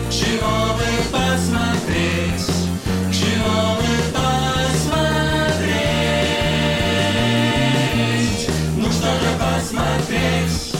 Чего бы посмотреть? Чего бы посмотреть? Ну что же посмотреть?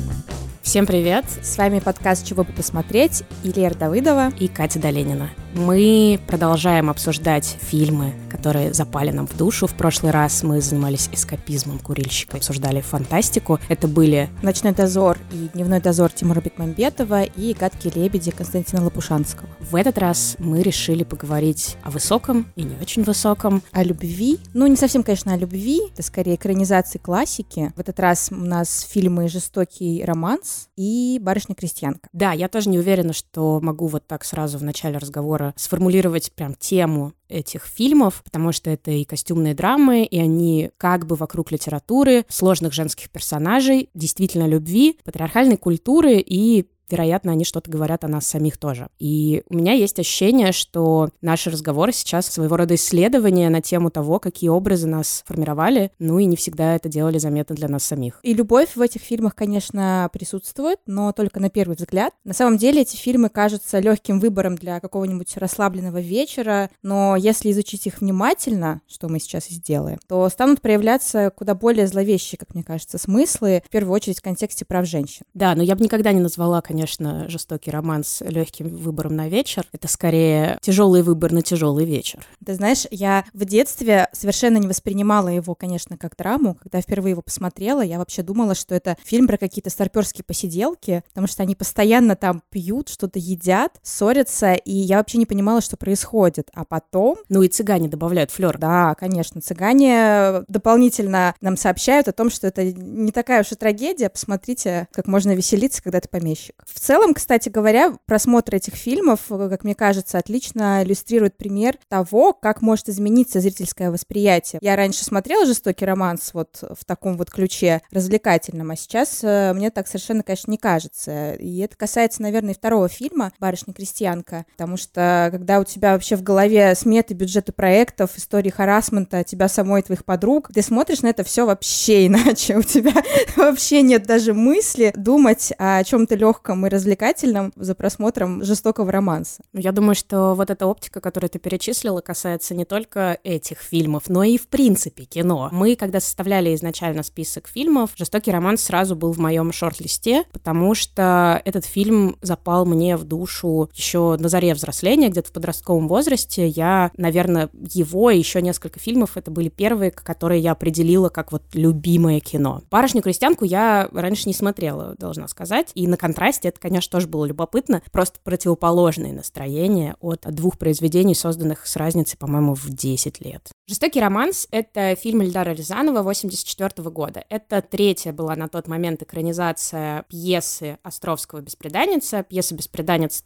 Всем привет! С вами подкаст «Чего бы посмотреть» и Лера Давыдова и Катя Доленина. Мы продолжаем обсуждать фильмы, которые запали нам в душу. В прошлый раз мы занимались эскапизмом курильщика, обсуждали фантастику. Это были «Ночной дозор» и «Дневной дозор» Тимура Бекмамбетова и «Гадкие лебеди» Константина Лопушанского. В этот раз мы решили поговорить о высоком и не очень высоком. О любви. Ну, не совсем, конечно, о любви. Это скорее экранизации классики. В этот раз у нас фильмы «Жестокий романс» и «Барышня-крестьянка». Да, я тоже не уверена, что могу вот так сразу в начале разговора сформулировать прям тему этих фильмов, потому что это и костюмные драмы, и они как бы вокруг литературы, сложных женских персонажей, действительно любви, патриархальной культуры и вероятно, они что-то говорят о нас самих тоже. И у меня есть ощущение, что наши разговоры сейчас своего рода исследования на тему того, какие образы нас формировали, ну и не всегда это делали заметно для нас самих. И любовь в этих фильмах, конечно, присутствует, но только на первый взгляд. На самом деле эти фильмы кажутся легким выбором для какого-нибудь расслабленного вечера, но если изучить их внимательно, что мы сейчас и сделаем, то станут проявляться куда более зловещие, как мне кажется, смыслы, в первую очередь в контексте прав женщин. Да, но я бы никогда не назвала, конечно, «Жестокий романс» легким выбором на вечер. Это скорее тяжелый выбор на тяжелый вечер. Ты знаешь, я в детстве совершенно не воспринимала его, конечно, как драму. Когда я впервые его посмотрела, я вообще думала, что это фильм про какие-то старпёрские посиделки, потому что они постоянно там пьют, что-то едят, ссорятся, и я вообще не понимала, что происходит. А потом... Ну и цыгане добавляют флёр. Да, конечно, цыгане дополнительно нам сообщают о том, что это не такая уж и трагедия. Посмотрите, как можно веселиться, когда ты помещик. В целом, кстати говоря, просмотр этих фильмов, как мне кажется, отлично иллюстрирует пример того, как может измениться зрительское восприятие. Я раньше смотрела «Жестокий романс» вот в таком вот ключе развлекательном, а сейчас мне так совершенно, конечно, не кажется. И это касается, наверное, и второго фильма «Барышня-крестьянка», потому что когда у тебя вообще в голове сметы, бюджеты проектов, истории харассмента тебя самой и твоих подруг, ты смотришь на это все вообще иначе. У тебя вообще нет даже мысли думать о чем-то легком и развлекательном за просмотром жестокого романса. Я думаю, что вот эта оптика, которую ты перечислила, касается не только этих фильмов, но и в принципе кино. Мы, когда составляли изначально список фильмов, «Жестокий романс» сразу был в моем шорт-листе, потому что этот фильм запал мне в душу еще на заре взросления, где-то в подростковом возрасте. Я, наверное, его и еще несколько фильмов, это были первые, которые я определила как вот любимое кино. «Барышню-крестьянку» я раньше не смотрела, должна сказать, и на контрасте это, конечно, тоже было любопытно. Просто противоположные настроения от двух произведений, созданных с разницей, по-моему, в 10 лет. «Жестокий романс» — это фильм Эльдара Рязанова 1984 года. Это третья была на тот момент экранизация пьесы Островского «Бесприданница», пьеса «Бесприданница»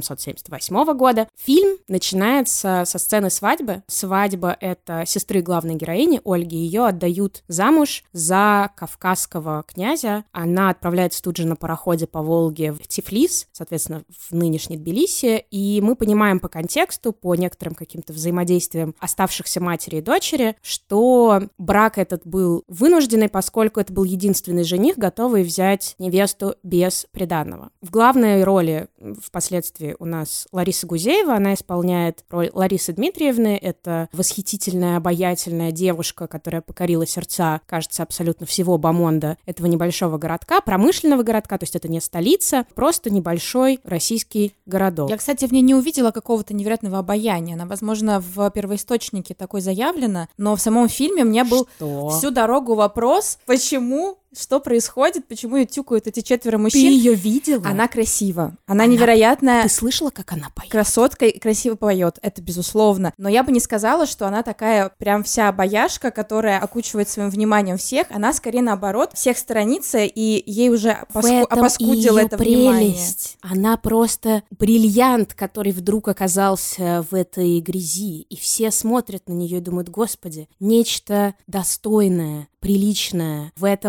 1878 года. Фильм начинается со сцены свадьбы. Свадьба — это сестры главной героини, Ольги. Ее отдают замуж за кавказского князя. Она отправляется тут же на пароходе по Волге в Тифлис, соответственно, в нынешний Тбилиси, и мы понимаем по контексту, по некоторым каким-то взаимодействиям оставшихся матери и дочери, что брак этот был вынужденный, поскольку это был единственный жених, готовый взять невесту без приданого. В главной роли впоследствии у нас Лариса Гузеева, она исполняет роль Ларисы Дмитриевны, это восхитительная, обаятельная девушка, которая покорила сердца, кажется, абсолютно всего бомонда этого небольшого городка, промышленного городка, то есть это не столица, просто небольшой российский городок. Я, кстати, в ней не увидела какого-то невероятного обаяния. Она, возможно, в первоисточнике такой заявлена, но в самом фильме у меня был всю дорогу вопрос, почему что происходит, почему ее тюкают эти 4 мужчин. Ты ее видела? Она красива. Она невероятная. Ты слышала, как она поет? Красотка и красиво поет, это безусловно. Но я бы не сказала, что она такая прям вся обаяшка, которая окучивает своим вниманием всех. Она скорее наоборот всех сторонится, и ей уже опаскудило это внимание. Она просто бриллиант, который вдруг оказался в этой грязи. И все смотрят на нее и думают: Господи, нечто достойное, приличное в этом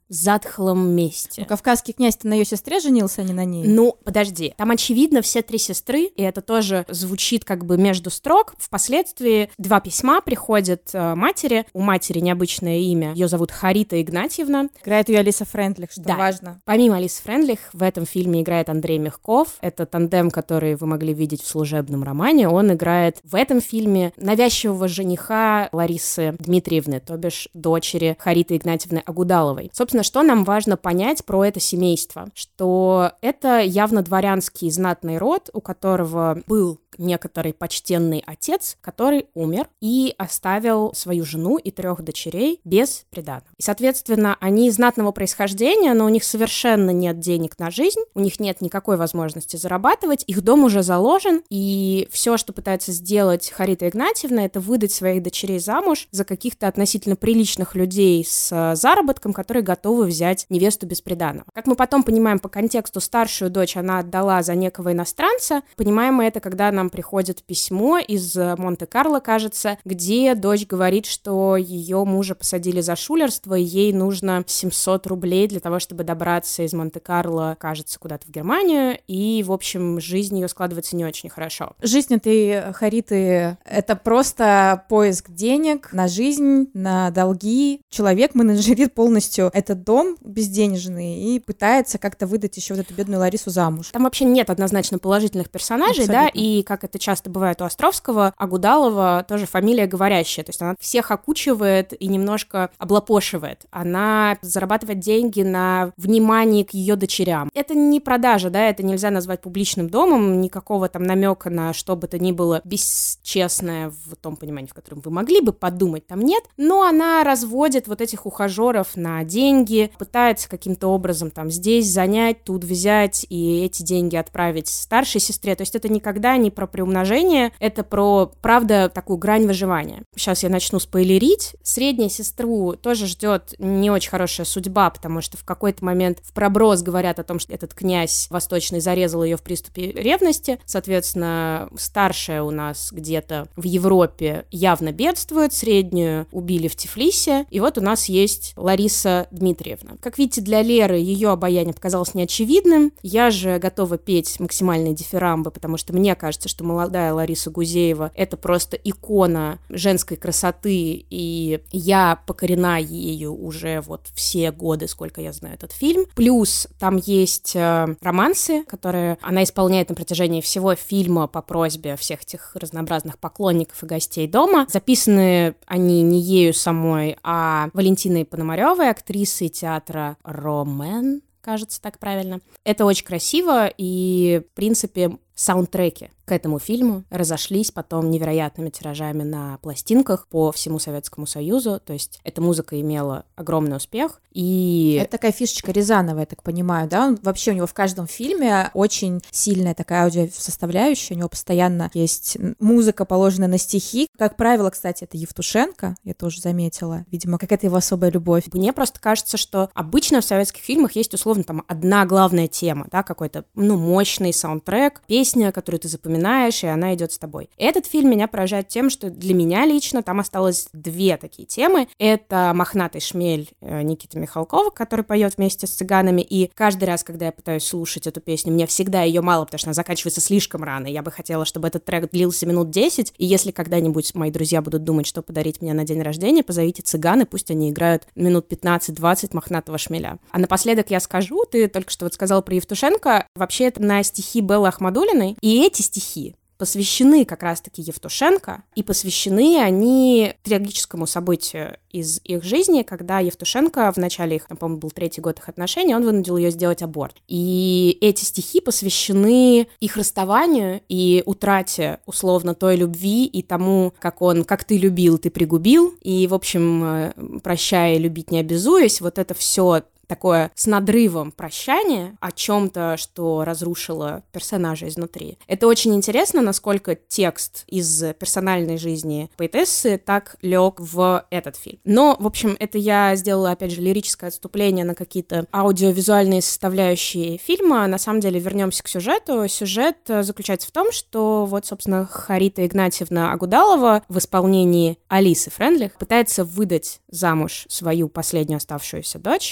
затхлом месте. Кавказский князь-то на ее сестре женился, а не на ней. Ну, подожди. Там, очевидно, все 3 сестры, и это тоже звучит как бы между строк. Впоследствии 2 письма приходят матери. У матери необычное имя. Ее зовут Харита Игнатьевна. Играет ее Алиса Френдлих, что важно. Помимо Алисы Френдлих, в этом фильме играет Андрей Мягков. Это тандем, который вы могли видеть в «Служебном романе». Он играет в этом фильме навязчивого жениха Ларисы Дмитриевны, то бишь дочери Хариты Игнатьевны Агудаловой. Собственно, что нам важно понять про это семейство? Что это явно дворянский знатный род, у которого был некоторый почтенный отец, который умер и оставил свою жену и 3 дочерей без приданого. И, соответственно, они знатного происхождения, но у них совершенно нет денег на жизнь, у них нет никакой возможности зарабатывать, их дом уже заложен, и все, что пытается сделать Харита Игнатьевна, это выдать своих дочерей замуж за каких-то относительно приличных людей с заработком, которые готовы взять невесту без приданого. Как мы потом понимаем по контексту, старшую дочь она отдала за некого иностранца. Понимаем мы это, когда нам приходит письмо из Монте-Карло, кажется, где дочь говорит, что ее мужа посадили за шулерство, и ей нужно 700 рублей для того, чтобы добраться из Монте-Карло, кажется, куда-то в Германию, и, в общем, жизнь ее складывается не очень хорошо. Жизнь этой Хариты — это просто поиск денег на жизнь, на долги. Человек менеджерит полностью этот дом безденежный и пытается как-то выдать еще вот эту бедную Ларису замуж. Там вообще нет однозначно положительных персонажей, абсолютно. Да, и как это часто бывает у Островского, Агудалова тоже фамилия говорящая, то есть она всех окучивает и немножко облапошивает. Она зарабатывает деньги на внимании к ее дочерям. Это не продажа, да, это нельзя назвать публичным домом, никакого там намека на что бы то ни было бесчестное в том понимании, в котором вы могли бы подумать, там нет, но она разводит вот этих ухажеров на деньги, пытается каким-то образом там здесь занять, тут взять и эти деньги отправить старшей сестре, то есть это никогда не про приумножение, это про, правда, такую грань выживания. Сейчас я начну спойлерить. Среднюю сестру тоже ждет не очень хорошая судьба, потому что в какой-то момент в проброс говорят о том, что этот князь восточный зарезал ее в приступе ревности, соответственно, старшая у нас где-то в Европе явно бедствует, среднюю убили в Тифлисе, и вот у нас есть Лариса Дмитриевна. Как видите, для Леры ее обаяние показалось неочевидным, я же готова петь максимальные дифирамбы, потому что мне кажется, что молодая Лариса Гузеева — это просто икона женской красоты, и я покорена ею уже вот все годы, сколько я знаю этот фильм. Плюс там есть романсы, которые она исполняет на протяжении всего фильма по просьбе всех этих разнообразных поклонников и гостей дома. Записаны они не ею самой, а Валентиной Пономаревой, актрисой театра «Ромен», кажется, так правильно. Это очень красиво, и, в принципе, саундтреки к этому фильму разошлись потом невероятными тиражами на пластинках по всему Советскому Союзу, то есть эта музыка имела огромный успех, и... Это такая фишечка Рязанова, я так понимаю, да? Вообще у него в каждом фильме очень сильная такая аудиосоставляющая, у него постоянно есть музыка, положенная на стихи. Как правило, кстати, это Евтушенко, я тоже заметила, видимо, какая-то его особая любовь. Мне просто кажется, что обычно в советских фильмах есть условно там одна главная тема, да, какой-то, мощный саундтрек, песня, которую ты запоминаешь, и она идет с тобой. Этот фильм меня поражает тем, что для меня лично там осталось 2 такие темы. Это «Мохнатый шмель» Никиты Михалкова, который поет вместе с цыганами, и каждый раз, когда я пытаюсь слушать эту песню, мне всегда ее мало, потому что она заканчивается слишком рано. Я бы хотела, чтобы этот трек длился минут 10, и если когда-нибудь мои друзья будут думать, что подарить мне на день рождения, позовите цыган, и пусть они играют минут 15-20 «Мохнатого шмеля». А напоследок я скажу, ты только что вот сказала про Евтушенко, вообще это на стихи Беллы Ахмадуллиной, и эти стихи посвящены как раз-таки Евтушенко, и посвящены они трагическому событию из их жизни, когда Евтушенко в начале их, по-моему, был 3-й год их отношений, он вынудил ее сделать аборт. И эти стихи посвящены их расставанию и утрате, условно, той любви и тому, как ты любил, ты пригубил, и, в общем, прощая, любить не обязуясь, вот это все такое с надрывом прощание о чем-то, что разрушило персонажа изнутри. Это очень интересно, насколько текст из персональной жизни поэтессы так лег в этот фильм. Но, в общем, это я сделала, опять же, лирическое отступление на какие-то аудиовизуальные составляющие фильма. На самом деле, вернемся к сюжету. Сюжет заключается в том, что вот, собственно, Харита Игнатьевна Агудалова в исполнении Алисы Френдлих пытается выдать замуж свою последнюю оставшуюся дочь, и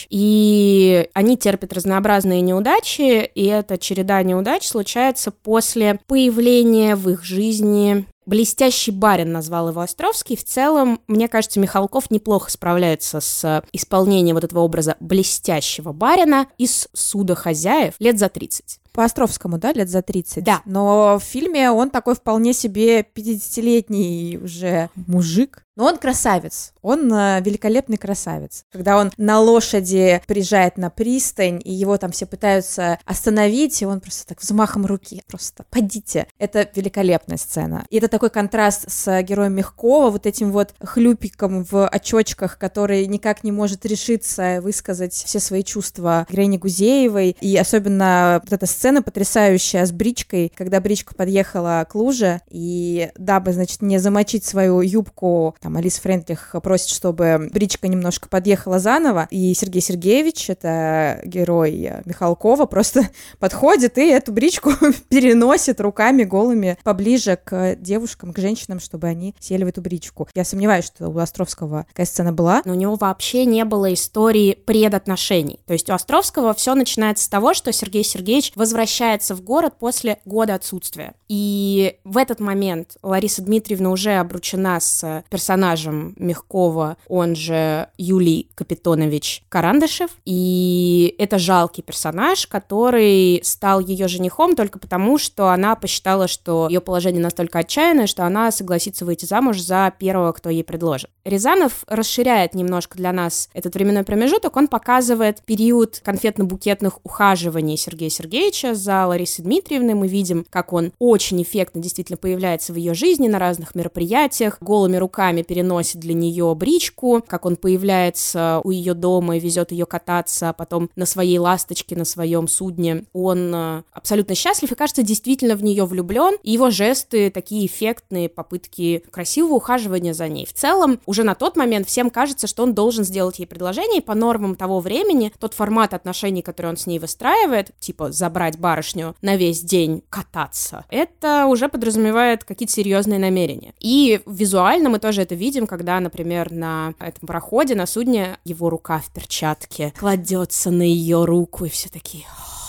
и они терпят разнообразные неудачи, и эта череда неудач случается после появления в их жизни... «Блестящий барин» назвал его Островский. В целом, мне кажется, Михалков неплохо справляется с исполнением вот этого образа блестящего барина из «Суда хозяев» лет за 30. По Островскому, да, лет за 30? Да. Но в фильме он такой вполне себе 50-летний уже мужик. Но он красавец, он великолепный красавец. Когда он на лошади приезжает на пристань, и его там все пытаются остановить, и он просто так взмахом руки, просто «подите». Это великолепная сцена. И это такой контраст с героем Мягкова, вот этим вот хлюпиком в очочках, который никак не может решиться высказать все свои чувства героине Гузеевой. И особенно вот эта сцена потрясающая с бричкой, когда бричка подъехала к луже, и дабы, значит, не замочить свою юбку, там Алиса Фрейндлих просит, чтобы бричка немножко подъехала заново, и Сергей Сергеевич, это герой Михалкова, просто подходит и эту бричку переносит руками голыми поближе к девушкам, к женщинам, чтобы они сели в эту бричку. Я сомневаюсь, что у Островского такая сцена была. Но у него вообще не было истории предотношений. То есть у Островского все начинается с того, что Сергей Сергеевич возвращается в город после года отсутствия. И в этот момент Лариса Дмитриевна уже обручена с персонажем Мягкова, он же Юлий Капитонович Карандышев. И это жалкий персонаж, который стал ее женихом только потому, что она посчитала, что ее положение настолько отчаянное, что она согласится выйти замуж за первого, кто ей предложит. Рязанов расширяет немножко для нас этот временной промежуток, он показывает период конфетно-букетных ухаживаний Сергея Сергеевича за Ларисой Дмитриевной. Мы видим, как он очень эффектно действительно появляется в ее жизни на разных мероприятиях, голыми руками переносит для нее бричку, как он появляется у ее дома и везет ее кататься, а потом на своей ласточке, на своем судне. Он абсолютно счастлив и, кажется, действительно в нее влюблен, и его жесты такие эффектные, попытки красивого ухаживания за ней. В целом, уже на тот момент всем кажется, что он должен сделать ей предложение, и по нормам того времени тот формат отношений, который он с ней выстраивает, типа забрать барышню на весь день кататься, это уже подразумевает какие-то серьезные намерения. И визуально мы тоже это видим, когда, например, на этом пароходе, на судне, его рука в перчатке кладется на ее руку, и все такие...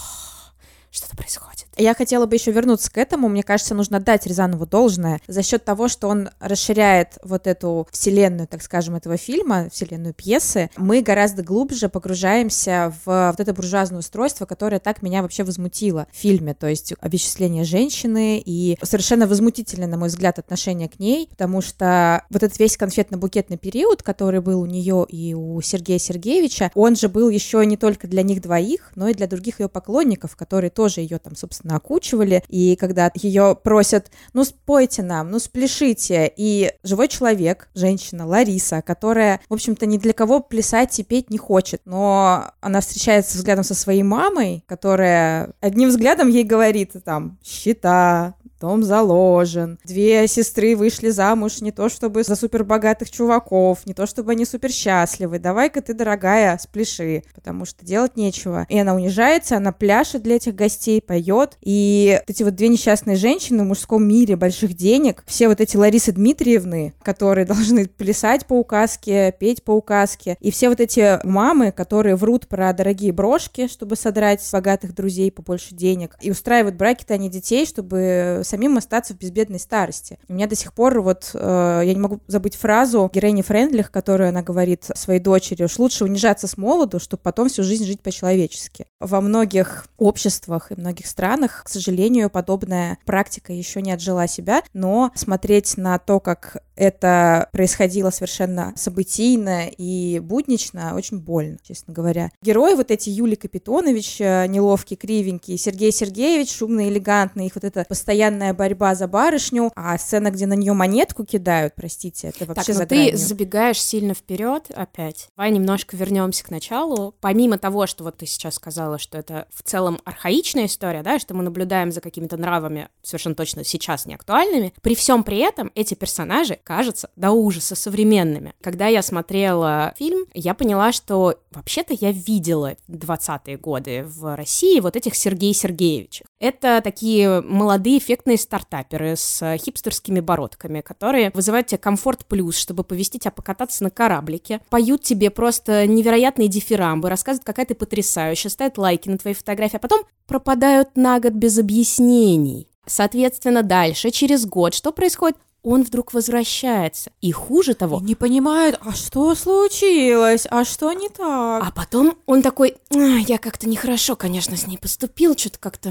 Что-то происходит. Я хотела бы еще вернуться к этому. Мне кажется, нужно дать Рязанову должное за счет того, что он расширяет вот эту вселенную, так скажем, этого фильма, вселенную пьесы. Мы гораздо глубже погружаемся в вот это буржуазное устройство, которое так меня вообще возмутило в фильме. То есть обесчисление женщины и совершенно возмутительное, на мой взгляд, отношение к ней, потому что вот этот весь конфетно-букетный период, который был у нее и у Сергея Сергеевича, он же был еще не только для них двоих, но и для других ее поклонников, которые тоже ее там, собственно, окучивали, и когда ее просят, ну, спойте нам, ну, спляшите, и живой человек, женщина, Лариса, которая, в общем-то, ни для кого плясать и петь не хочет, но она встречается взглядом со своей мамой, которая одним взглядом ей говорит, там, счета, дом заложен, 2 сестры вышли замуж не то чтобы за супербогатых чуваков, не то чтобы они суперсчастливы, давай-ка ты, дорогая, спляши, потому что делать нечего. И она унижается, она пляшет для этих гостей, поет, и вот эти вот 2 несчастные женщины в мужском мире больших денег, все вот эти Ларисы Дмитриевны, которые должны плясать по указке, петь по указке, и все вот эти мамы, которые врут про дорогие брошки, чтобы содрать с богатых друзей побольше денег, и устраивают браки-то они детей, чтобы самим остаться в безбедной старости. У меня до сих пор вот, я не могу забыть фразу героини Фрейндлих, которую она говорит своей дочери: уж лучше унижаться с молоду, чтобы потом всю жизнь жить по-человечески. Во многих обществах и многих странах, к сожалению, подобная практика еще не отжила себя, но смотреть на то, как это происходило совершенно событийно и буднично, очень больно, честно говоря. Герои вот эти Юлий Капитонович, неловкий, кривенький, Сергей Сергеевич, шумный, элегантный, их вот эта постоянная борьба за барышню, а сцена, где на нее монетку кидают, простите, это вообще за гранью. Ты забегаешь сильно вперед опять. Давай немножко вернемся к началу. Помимо того, что вот ты сейчас сказала, что это в целом архаичная история, да, что мы наблюдаем за какими-то нравами совершенно точно сейчас не актуальными, при всем при этом эти персонажи кажутся до ужаса современными. Когда я смотрела фильм, я поняла, что вообще-то я видела в 20-е годы в России вот этих Сергея Сергеевича. Это такие молодые эффектные стартаперы с хипстерскими бородками, которые вызывают тебе комфорт плюс, чтобы повезти тебя покататься на кораблике, поют тебе просто невероятные дифирамбы, рассказывают, какая ты потрясающая, ставят лайки на твои фотографии, а потом пропадают на год без объяснений. Соответственно, дальше, через год, что происходит? Он вдруг возвращается. И хуже того... Не понимают, а что случилось? А что не так? А потом он такой: я как-то нехорошо, конечно, с ней поступил, что-то как-то...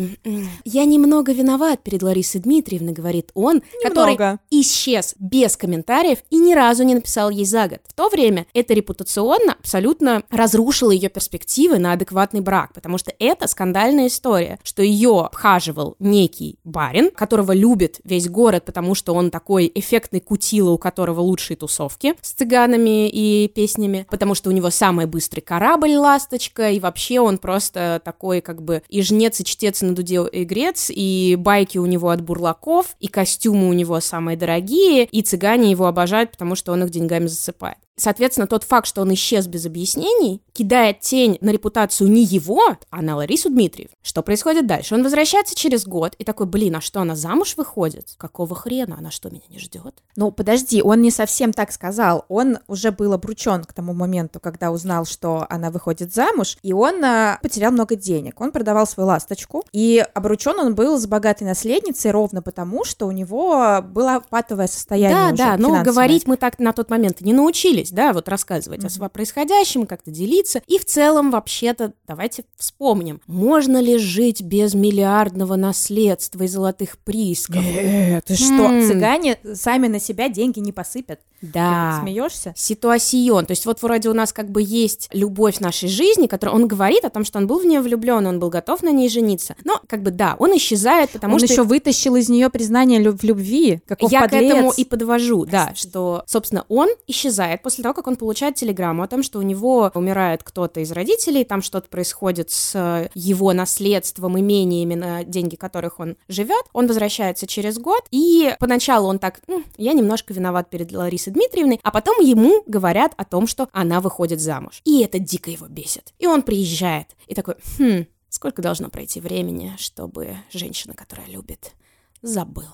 Я немного виноват перед Ларисой Дмитриевной, говорит он, который исчез без комментариев и ни разу не написал ей за год. В то время это репутационно абсолютно разрушило ее перспективы на адекватный брак, потому что это скандальная история, что ее обхаживал некий барин, которого любит весь город, потому что он такой эффектный кутила, у которого лучшие тусовки с цыганами и песнями, потому что у него самый быстрый корабль «Ласточка», и вообще он просто такой как бы и жнец, и чтец, и на дуде и грец, и байки у него от бурлаков, и костюмы у него самые дорогие, и цыгане его обожают, потому что он их деньгами засыпает. Соответственно, тот факт, что он исчез без объяснений, кидает тень на репутацию не его, а на Ларису Дмитриевну. Что происходит дальше? Он возвращается через год и такой: блин, а что, она замуж выходит? Какого хрена? Она что, меня не ждет? Ну, подожди, он не совсем так сказал. Он уже был обручен к тому моменту, когда узнал, что она выходит замуж, и он потерял много денег. Он продавал свою «Ласточку», и обручен он был с богатой наследницей ровно потому, что у него было патовое состояние уже финансовое. Но говорить мы так на тот момент не научились, да, вот рассказывать о происходящем, как-то делиться. И в целом, вообще-то, давайте вспомним, можно ли жить без миллиардного наследства и золотых приисков? Нет, ты что? Цыгане сами на себя деньги не посыпят. Да. Ты смеешься? Ситуацион. То есть вот вроде у нас как бы есть любовь нашей жизни, которую он говорит о том, что он был в нее влюблен, он был готов на ней жениться. Но как бы да, он исчезает, потому что... Он еще вытащил из нее признание в любви. Каков Я подлец. к этому и подвожу, да, что, собственно, он исчезает после того, как он получает телеграмму о том, что у него умирает кто-то из родителей, там что-то происходит с его наследством, имениями, на деньги которых он живет. Он возвращается через год, и поначалу он так: я немножко виноват перед Ларисой Дмитриевной, а потом ему говорят о том, что она выходит замуж. И это дико его бесит. И он приезжает и такой: сколько должно пройти времени, чтобы женщина, которая любит, забыла.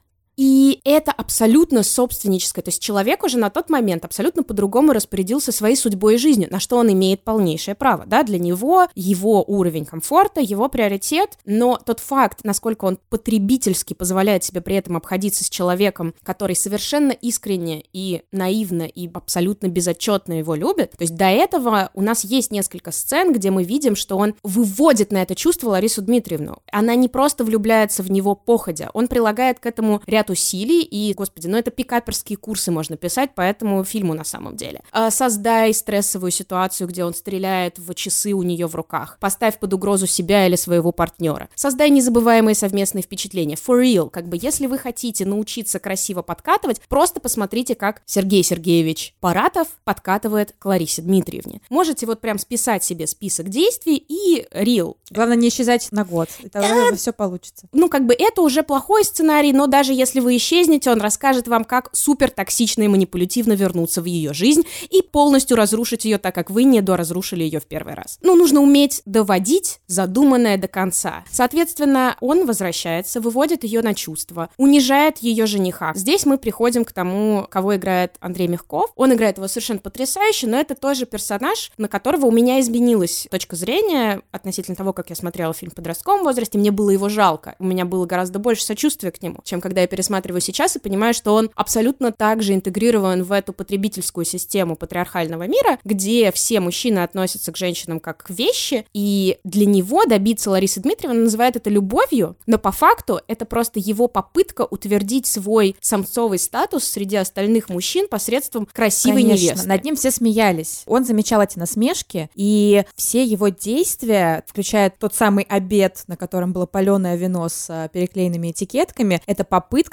И это абсолютно собственническое. То есть человек уже на тот момент абсолютно по-другому распорядился своей судьбой и жизнью, на что он имеет полнейшее право. Да? Для него его уровень комфорта, его приоритет, но тот факт, насколько он потребительски позволяет себе при этом обходиться с человеком, который совершенно искренне и наивно и абсолютно безотчетно его любит. То есть до этого у нас есть несколько сцен, где мы видим, что он выводит на это чувство Ларису Дмитриевну. Она не просто влюбляется в него походя, он прилагает к этому ряд усилий, и, господи, это пикаперские курсы можно писать по этому фильму на самом деле. Создай стрессовую ситуацию, где он стреляет в часы у нее в руках. Поставь под угрозу себя или своего партнера. Создай незабываемые совместные впечатления. For real. Как бы, если вы хотите научиться красиво подкатывать, просто посмотрите, как Сергей Сергеевич Паратов подкатывает к Ларисе Дмитриевне. Можете вот прям списать себе список действий и real. Главное, не исчезать на год. Это все получится. Это уже плохой сценарий, но даже если вы исчезнете, он расскажет вам, как супер токсично и манипулятивно вернуться в ее жизнь и полностью разрушить ее, так как вы не доразрушили ее в первый раз. Нужно уметь доводить задуманное до конца. Соответственно, он возвращается, выводит ее на чувства, унижает ее жениха. Здесь мы приходим к тому, кого играет Андрей Мягков. Он играет его совершенно потрясающе, но это тоже персонаж, на которого у меня изменилась точка зрения относительно того, как я смотрела фильм в подростковом возрасте. Мне было его жалко. У меня было гораздо больше сочувствия к нему, чем когда я пересматриваю сейчас и понимаю, что он абсолютно также интегрирован в эту потребительскую систему патриархального мира, где все мужчины относятся к женщинам как к вещи, и для него добиться Ларисы Дмитриевны называет это любовью, но по факту это просто его попытка утвердить свой самцовый статус среди остальных мужчин посредством красивой невесты. Над ним все смеялись. Он замечал эти насмешки, и все его действия, включая тот самый обед, на котором было паленое вино с переклеенными этикетками, это попытка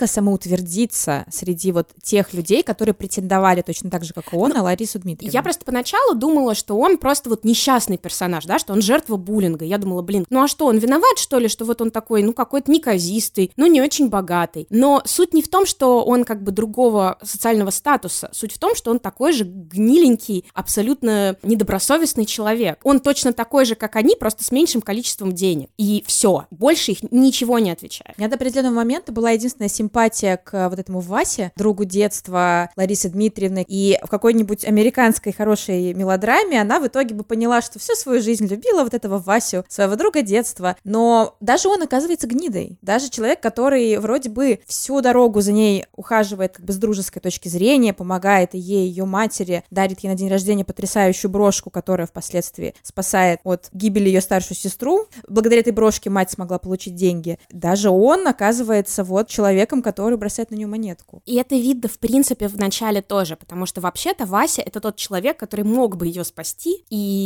попытка самоутвердиться среди вот тех людей, которые претендовали точно так же, как и он, на Ларису Дмитриевну. Я просто поначалу думала, что он просто вот несчастный персонаж, да, что он жертва буллинга. Я думала, ну а что, он виноват, что ли, что вот он такой, ну, какой-то неказистый, ну, не очень богатый. Но суть не в том, что он как бы другого социального статуса. Суть в том, что он такой же гниленький, абсолютно недобросовестный человек. Он точно такой же, как они, просто с меньшим количеством денег. И все, больше их ничего не отвечает. У меня до определенного момента была единственная симпатия к вот этому Васе, другу детства Ларисы Дмитриевны, и в какой-нибудь американской хорошей мелодраме она в итоге бы поняла, что всю свою жизнь любила вот этого Васю, своего друга детства, но даже он оказывается гнидой. Даже человек, который вроде бы всю дорогу за ней ухаживает как бы с дружеской точки зрения, помогает ей, ее матери, дарит ей на день рождения потрясающую брошку, которая впоследствии спасает от гибели ее старшую сестру. Благодаря этой брошке мать смогла получить деньги. Даже он оказывается вот человеком, который бросает на нее монетку. И это видно, в принципе, в начале тоже, потому что вообще-то Вася — это тот человек, который мог бы ее спасти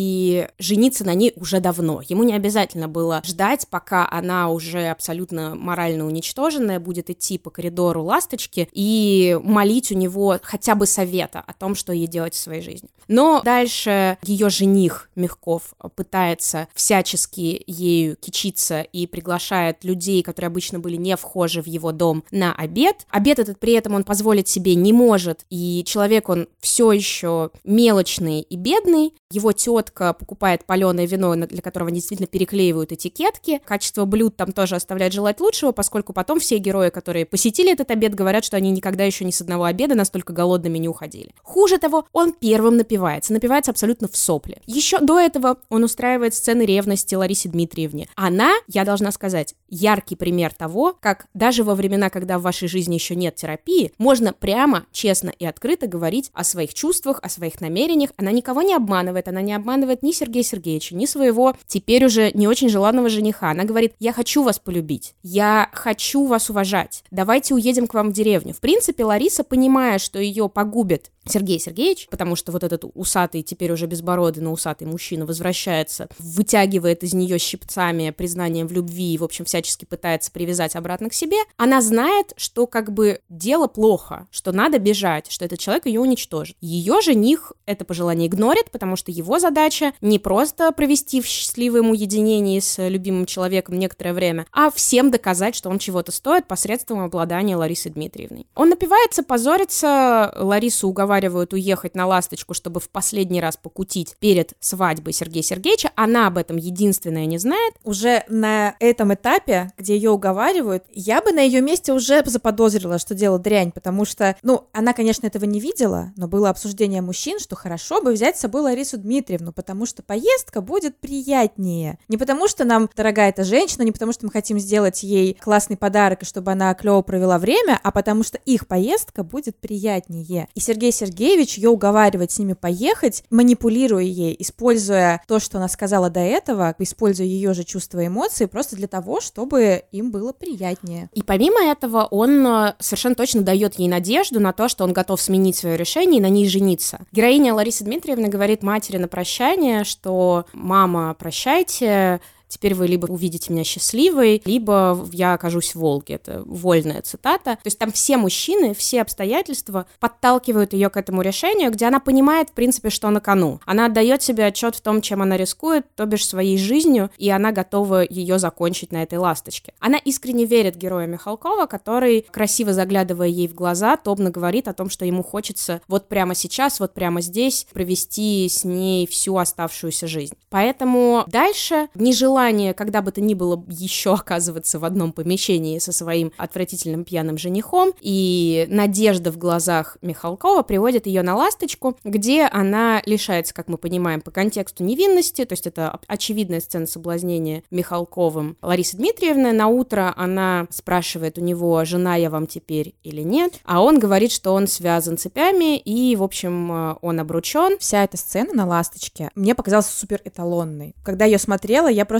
и жениться на ней уже давно. Ему не обязательно было ждать, пока она уже абсолютно морально уничтоженная будет идти по коридору ласточки и молить у него хотя бы совета о том, что ей делать в своей жизни. Но дальше ее жених Мягков пытается всячески ею кичиться и приглашает людей, которые обычно были не вхожи в его дом, на обед. Обед этот при этом он позволить себе не может, и человек он все еще мелочный и бедный. Его тетка покупает паленое вино, для которого они действительно переклеивают этикетки. Качество блюд там тоже оставляет желать лучшего, поскольку потом все герои, которые посетили этот обед, говорят, что они никогда еще ни с одного обеда настолько голодными не уходили. Хуже того, он первым напивается абсолютно в сопли. Еще до этого он устраивает сцены ревности Ларисе Дмитриевне. Она, я должна сказать, яркий пример того, как даже во времена, когда в вашей жизни еще нет терапии, можно прямо, честно и открыто говорить о своих чувствах, о своих намерениях. Она никого не обманывает, она не обманывает ни Сергея Сергеевича, ни своего теперь уже не очень желанного жениха. Она говорит: я хочу вас полюбить, я хочу вас уважать, давайте уедем к вам в деревню. В принципе, Лариса, понимая, что ее погубит Сергей Сергеевич, потому что вот этот усатый, теперь уже безбородый, но усатый мужчина возвращается, вытягивает из нее щипцами признанием в любви и, в общем, всячески пытается привязать обратно к себе, она знает, что как бы дело плохо, что надо бежать, что этот человек ее уничтожит. Ее жених это пожелание игнорит, потому что его задача не просто провести в счастливом уединении с любимым человеком некоторое время, а всем доказать, что он чего-то стоит посредством обладания Ларисой Дмитриевной. Он напивается, позорится, Ларису уговаривают уехать на ласточку, чтобы в последний раз покутить перед свадьбой Сергея Сергеевича. Она об этом единственная не знает. Уже на этом этапе, где ее уговаривают, я бы на ее месте уже заподозрила, что дело дрянь, потому что, она, конечно, этого не видела, но было обсуждение мужчин, что хорошо бы взять с собой Ларису Дмитриевну, потому что поездка будет приятнее. Не потому что нам дорога эта женщина, не потому что мы хотим сделать ей классный подарок, и чтобы она клево провела время, а потому что их поездка будет приятнее. И Сергей Сергеевич ее уговаривает с ними поехать, манипулируя ей, используя то, что она сказала до этого, используя ее же чувства и эмоции, просто для того, чтобы им было приятнее. И помимо этого, он совершенно точно дает ей надежду на то, что он готов сменить свое решение и на ней жениться. Героиня Ларисы Дмитриевны говорит матери на прощание, что: «Мама, прощайте, теперь вы либо увидите меня счастливой, либо я окажусь в Волге». Это вольная цитата. То есть там все мужчины, все обстоятельства подталкивают ее к этому решению, где она понимает, в принципе, что на кону. Она отдает себе отчет в том, чем она рискует, то бишь своей жизнью, и она готова ее закончить на этой ласточке. Она искренне верит герою Михалкова, который, красиво заглядывая ей в глаза, томно говорит о том, что ему хочется вот прямо сейчас, вот прямо здесь провести с ней всю оставшуюся жизнь. Поэтому дальше нежелание, когда бы то ни было, еще оказываться в одном помещении со своим отвратительным пьяным женихом, и надежда в глазах Михалкова приводит ее на ласточку, где она лишается, как мы понимаем, по контексту невинности, то есть это очевидная сцена соблазнения Михалковым Ларисы Дмитриевны. На утро она спрашивает у него: «Жена я вам теперь или нет?» А он говорит, что он связан цепями, и, в общем, он обручен. Вся эта сцена на ласточке мне показалась супер эталонной. Когда я смотрела, я просто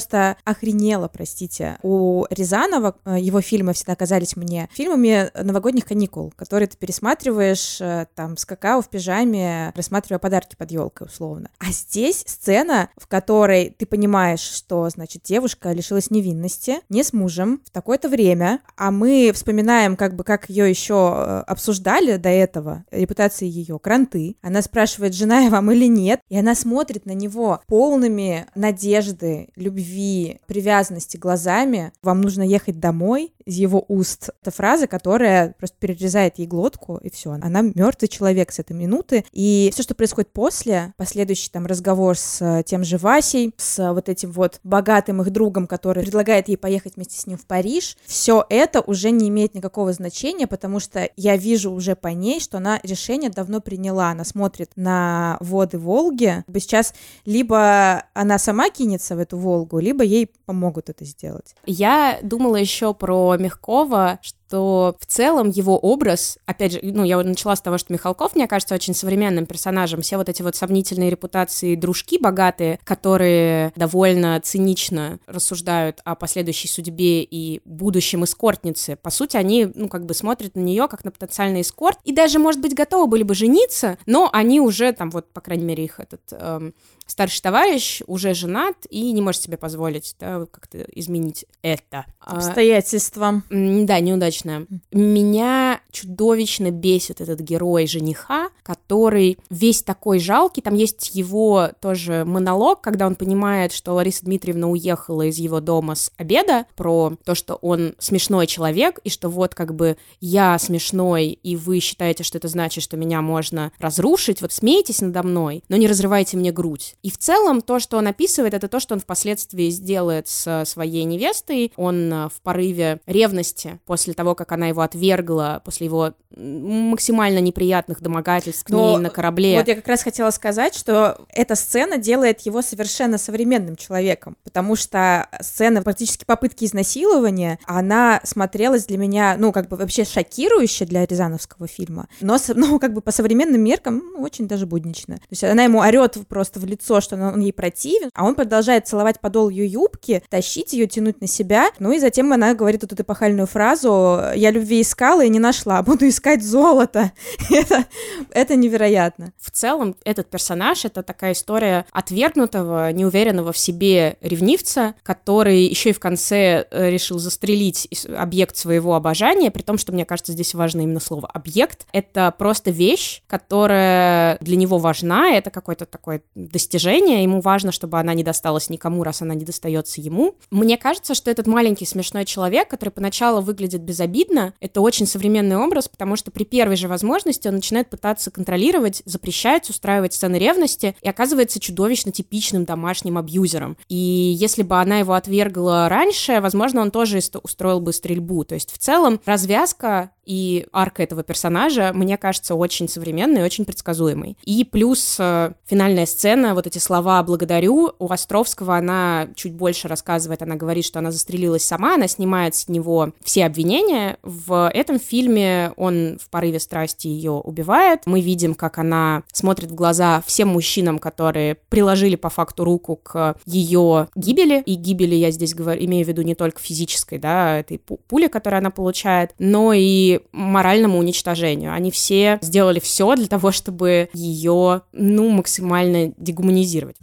просто охренела, простите. У Рязанова его фильмы всегда казались мне фильмами новогодних каникул, которые ты пересматриваешь там с какао в пижаме, рассматривая подарки под елкой условно. А здесь сцена, в которой ты понимаешь, что, значит, девушка лишилась невинности, не с мужем, в такое-то время, а мы вспоминаем, как ее еще обсуждали до этого, репутации ее, кранты. Она спрашивает, жена я вам или нет, и она смотрит на него полными надежды, любви, привязанности глазами. Вам нужно ехать домой, из его уст. Это фраза, которая просто перерезает ей глотку, и все. Она мертвый человек с этой минуты. И все, что происходит после, последующий там разговор с тем же Васей, с вот этим вот богатым их другом, который предлагает ей поехать вместе с ним в Париж, все это уже не имеет никакого значения, потому что я вижу уже по ней, что она решение давно приняла. Она смотрит на воды Волги. Сейчас либо она сама кинется в эту Волгу, либо ей помогут это сделать. Я думала еще про Мягкова, что в целом его образ, опять же, я начала с того, что Михалков, мне кажется, очень современным персонажем. Все вот эти вот сомнительные репутации дружки богатые, которые довольно цинично рассуждают о последующей судьбе и будущем эскортницы. По сути, они, смотрят на нее как на потенциальный эскорт и даже, может быть, готовы были бы жениться, но они уже там, вот, по крайней мере, их этот старший товарищ уже женат и не может себе позволить, да, как-то изменить это. Обстоятельства. Да, неудачно. Меня чудовищно бесит этот герой жениха, который весь такой жалкий. Там есть его тоже монолог, когда он понимает, что Лариса Дмитриевна уехала из его дома с обеда, про то, что он смешной человек, и что вот как бы я смешной, и вы считаете, что это значит, что меня можно разрушить. Вот смейтесь надо мной, но не разрывайте мне грудь. И в целом то, что он описывает, это то, что он впоследствии сделает со своей невестой. Он в порыве ревности после того, как она его отвергла, после его максимально неприятных домогательств к ней на корабле. Вот я как раз хотела сказать, что эта сцена делает его совершенно современным человеком, потому что сцена практически попытки изнасилования, она смотрелась для меня, вообще шокирующе для рязановского фильма, но по современным меркам очень даже буднично. То есть она ему орет просто в лицо, что он ей противен, а он продолжает целовать подол ее юбки, тащить ее, тянуть на себя, и затем она говорит вот эту эпохальную фразу «Я любви искала и не нашла, буду искать золото». Это невероятно. В целом, этот персонаж — это такая история отвергнутого, неуверенного в себе ревнивца, который еще и в конце решил застрелить объект своего обожания, при том, что, мне кажется, здесь важно именно слово «объект». Это просто вещь, которая для него важна, это какое-то такое достижение, ему важно, чтобы она не досталась никому, раз она не достается ему. Мне кажется, что этот маленький смешной человек, который поначалу выглядит безобидно, это очень современный образ, потому что при первой же возможности он начинает пытаться контролировать, запрещать, устраивать сцены ревности и оказывается чудовищно типичным домашним абьюзером. И если бы она его отвергла раньше, возможно, он тоже устроил бы стрельбу. То есть в целом развязка и арка этого персонажа, мне кажется, очень современной и очень предсказуемой. И плюс финальная сцена, вот эти слова «благодарю», у Островского она чуть больше рассказывает, она говорит, что она застрелилась сама, она снимает с него все обвинения. В этом фильме он в порыве страсти ее убивает. Мы видим, как она смотрит в глаза всем мужчинам, которые приложили по факту руку к ее гибели. И гибели я здесь имею в виду не только физической, да, этой пули, которую она получает, но и моральному уничтожению. Они все сделали все для того, чтобы ее, максимально дегуманизировать.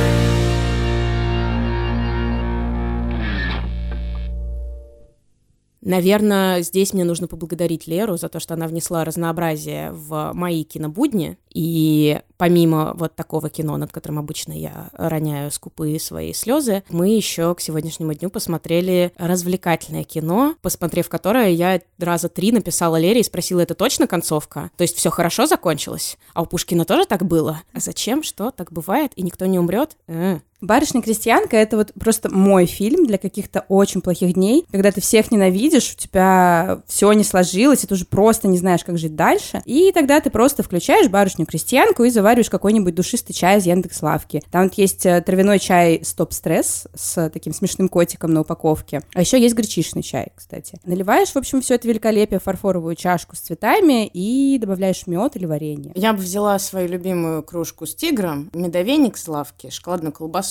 Наверное, здесь мне нужно поблагодарить Леру за то, что она внесла разнообразие в мои кинобудни. И помимо вот такого кино, над которым обычно я роняю скупые свои слезы, мы еще к сегодняшнему дню посмотрели развлекательное кино, посмотрев которое, я раза 3 написала Лере и спросила, это точно концовка? То есть все хорошо закончилось? А у Пушкина тоже так было? А зачем? Что? Так бывает? И никто не умрет? «Барышня-крестьянка» — это вот просто мой фильм для каких-то очень плохих дней, когда ты всех ненавидишь, у тебя все не сложилось, и ты уже просто не знаешь, как жить дальше, и тогда ты просто включаешь «Барышню-крестьянку» и завариваешь какой-нибудь душистый чай из Яндекс.Лавки. Там вот есть травяной чай «Стоп-стресс» с таким смешным котиком на упаковке, а еще есть гречишный чай, кстати. Наливаешь, в общем, все это великолепие в фарфоровую чашку с цветами и добавляешь мед или варенье. Я бы взяла свою любимую кружку с тигром, медовейник с лавки, шоколадную колбасу